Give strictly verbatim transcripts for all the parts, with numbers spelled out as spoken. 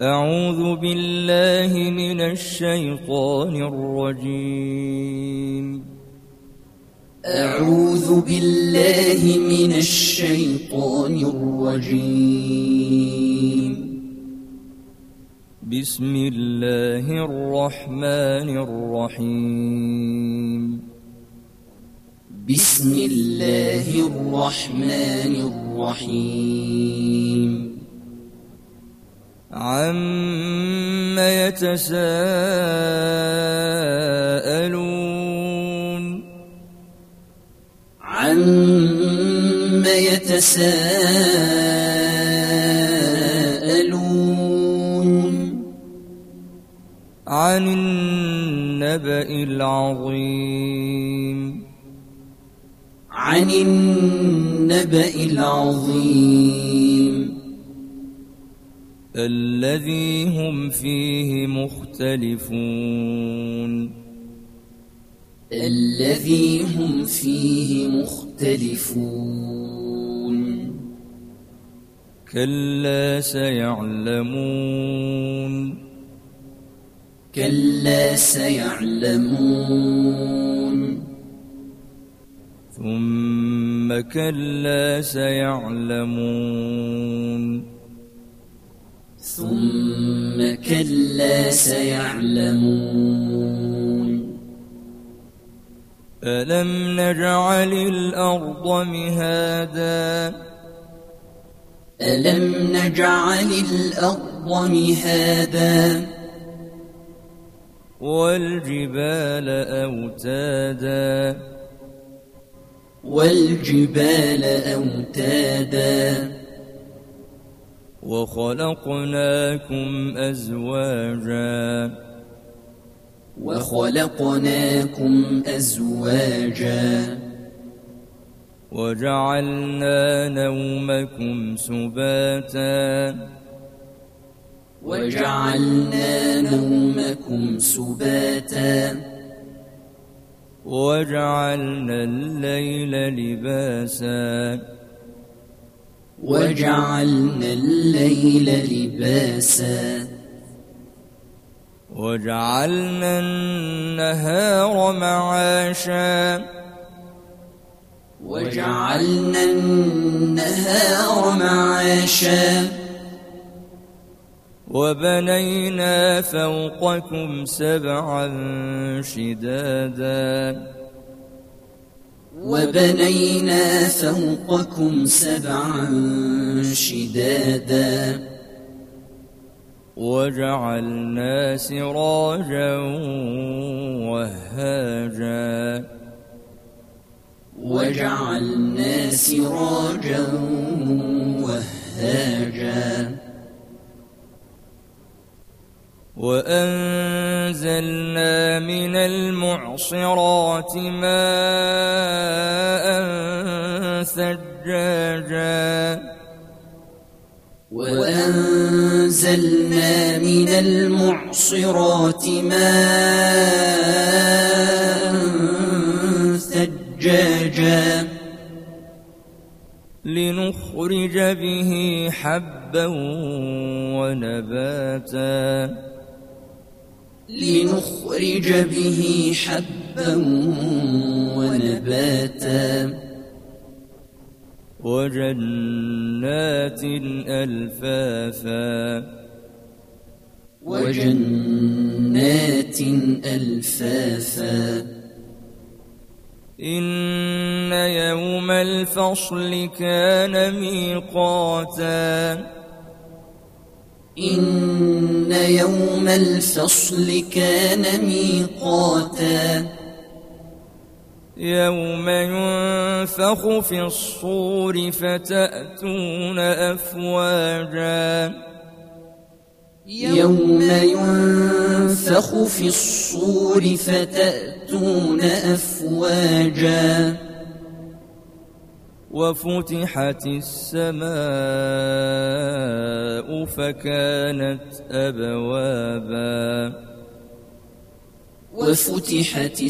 أعوذ بالله من الشيطان الرجيم أعوذ بالله من الشيطان الرجيم بسم الله الرحمن الرحيم بسم الله الرحمن الرحيم عَمَّ يتساءلون عَمَّ يتساءلون عن النبأ العظيم عن النبأ العظيم الذي هم فيه مختلفون الذي هم فيه مختلفون كلا سيعلمون كلا سيعلمون ثم كلا سيعلمون ثم كلا سيعلمون ألم نجعل الأرض مهادا ألم نجعل الأرض مهادا والجبال أوتادا والجبال أوتادا وخلقناكم أزواجا وخلقناكم أزواجا وجعلنا نومكم سباتا وجعلنا نومكم سباتا وجعلنا الليل لباسا وجعلنا الليل لباسا وجعلنا النهار معاشا وجعلنا النهار معاشا وبنينا فوقكم سبعا شدادا وبنينا فوقكم سبعا شدادا وجعلنا سراجا وهاجا وجعلنا سراجا وهاجا وأنزلنا من المعصرات ماء ثجاجا وأنزلنا من المعصرات ماء ثجاجا لنخرج به حبا ونباتا لنخرج به حبا ونباتا وجنات ألفافا وجنات ألفافا إن يوم الفصل كان ميقاتا إن يوم الفصل كان ميقاتا يوم ينفخ في الصور فتأتون أفواجا يوم ينفخ في الصور فتأتون أفواجا وفتحت السماء فكانت أبوابا وفتحت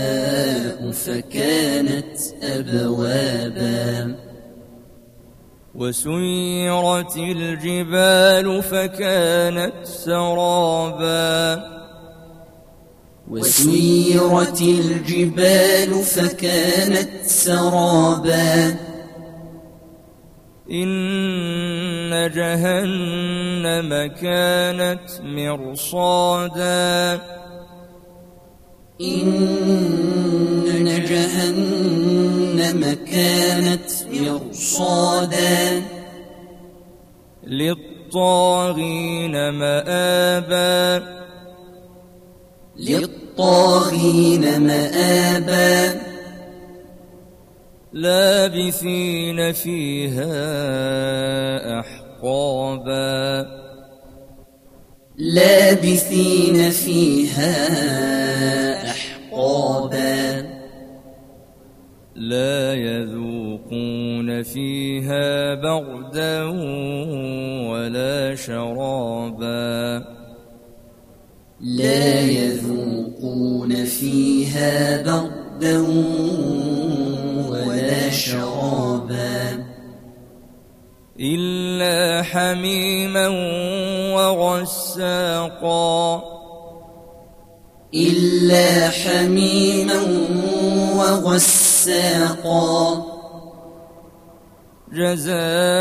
السماء فكانت أبوابا وسيرت الجبال فكانت سرابا وسيرت الجبال فكانت سرابا إن جهنم كانت مرصادا إن جهنم كانت مرصادا للطاغين مآبا للطاغين مآبا لابثين فيها أحقابا لابثين فيها أحقابا لا يذوقون فيها بردا ولا شرابا لا يذوقون فيها بردا ولا شرابا إلا حميما وغساقا إلا حميما وغساقا جزاء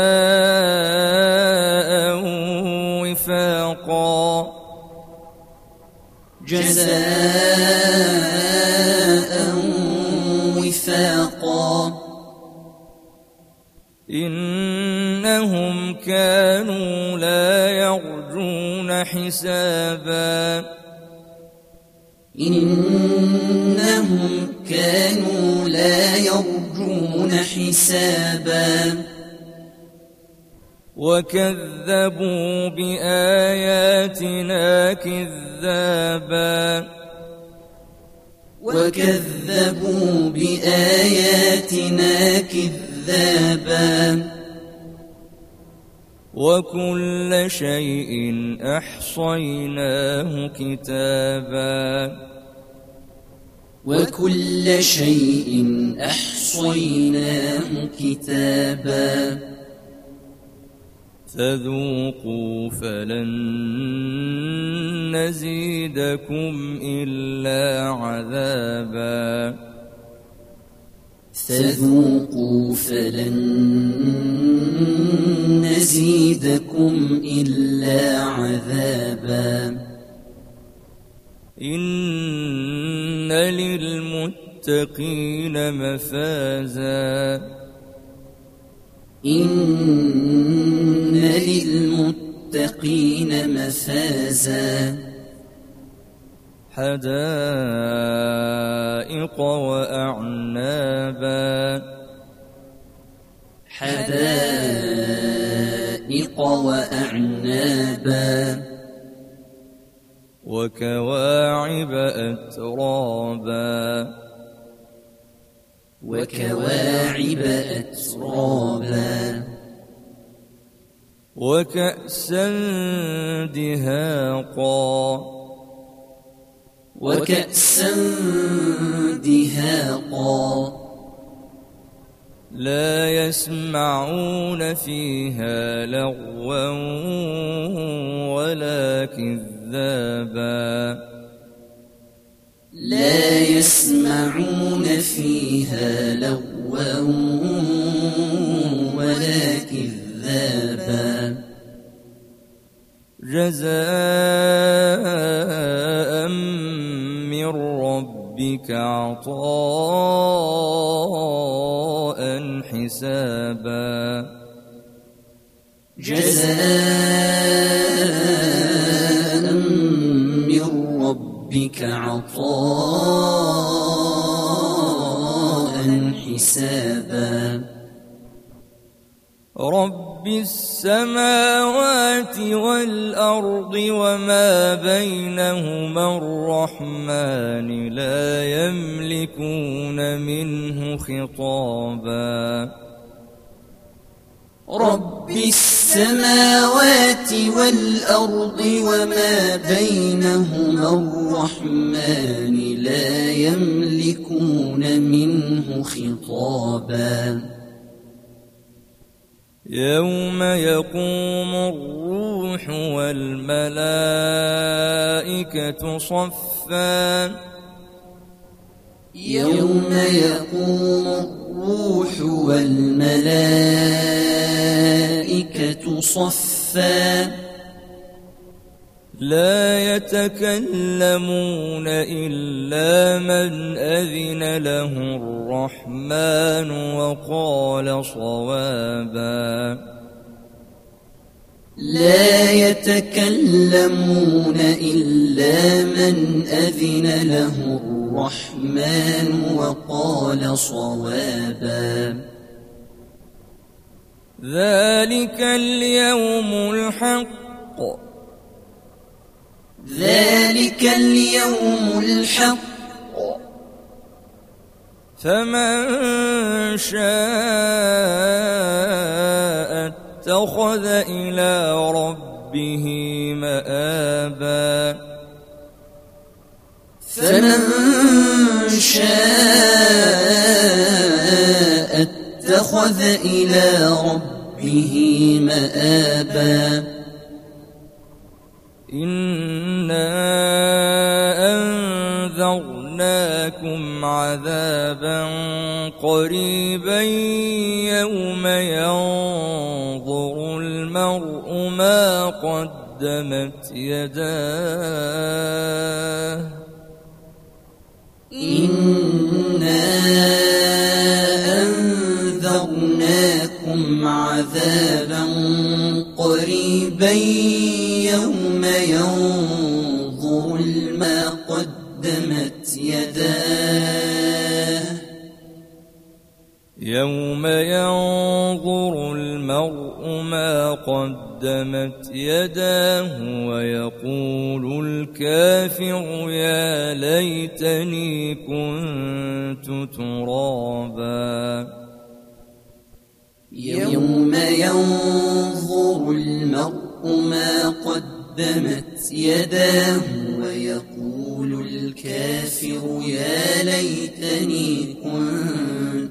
وفاقا جزاء وفاقا إنهم كانوا لا يرجون حسابا إنهم كانوا لا يرجون حسابا وكذبوا بآياتنا كذابا وكذبوا بآياتنا كذابا وكل شيء أحصيناه كتابا وكل شيء أحصيناه كتابا فذوقوا فلن نزيدكم إلا عذابا فذوقوا فلن نزيدكم إلا عذابا إن للمتقين مفازا إن للمتقين مفازا حدائق وأعنابا حدائق وأعنابا وكواعب أترابا وكواعب أترابا وكأسا دهاقا وكأسا دهاقا لا يسمعون فيها لغوا ولا كذابا لا يسمعون فيها لغوا ولا كذابا جزاء من ربك عطاء حسابا جزاء من ربك عطاء حسابا رب السماوات والأرض وما بينهما الرحمن لا يملكون منه خطابا رب السماوات والأرض وما بينهما الرحمن لا يملكون منه خطابا يوم يقوم الروح والملائكة صفا يوم يقوم الروح والملائكة صفا لا يتكلمون إلا من أذن له الرحمن وقال صوابا لا يتكلمون إلا من أذن له الرحمن وقال صوابا ذلك اليوم الحق ذلك اليوم الحق فمن شاء اتخذ إلى ربه مآبا فمن شاء اتخذ إلى ربه مآبا إنا أنذرناكم عذابا قريبا يوم ينظر المرء ما قدمت يداه إنا أنذرناكم عذابا قريبا يوم ينظر ما قدمت يداه يوم ينظر المرء ما قدمت يداه ويقول الكافر يا ليتني كنت ترابا يوم ينظر المرء ما قدمت يداه ويقول الكافر يا ليتني كنت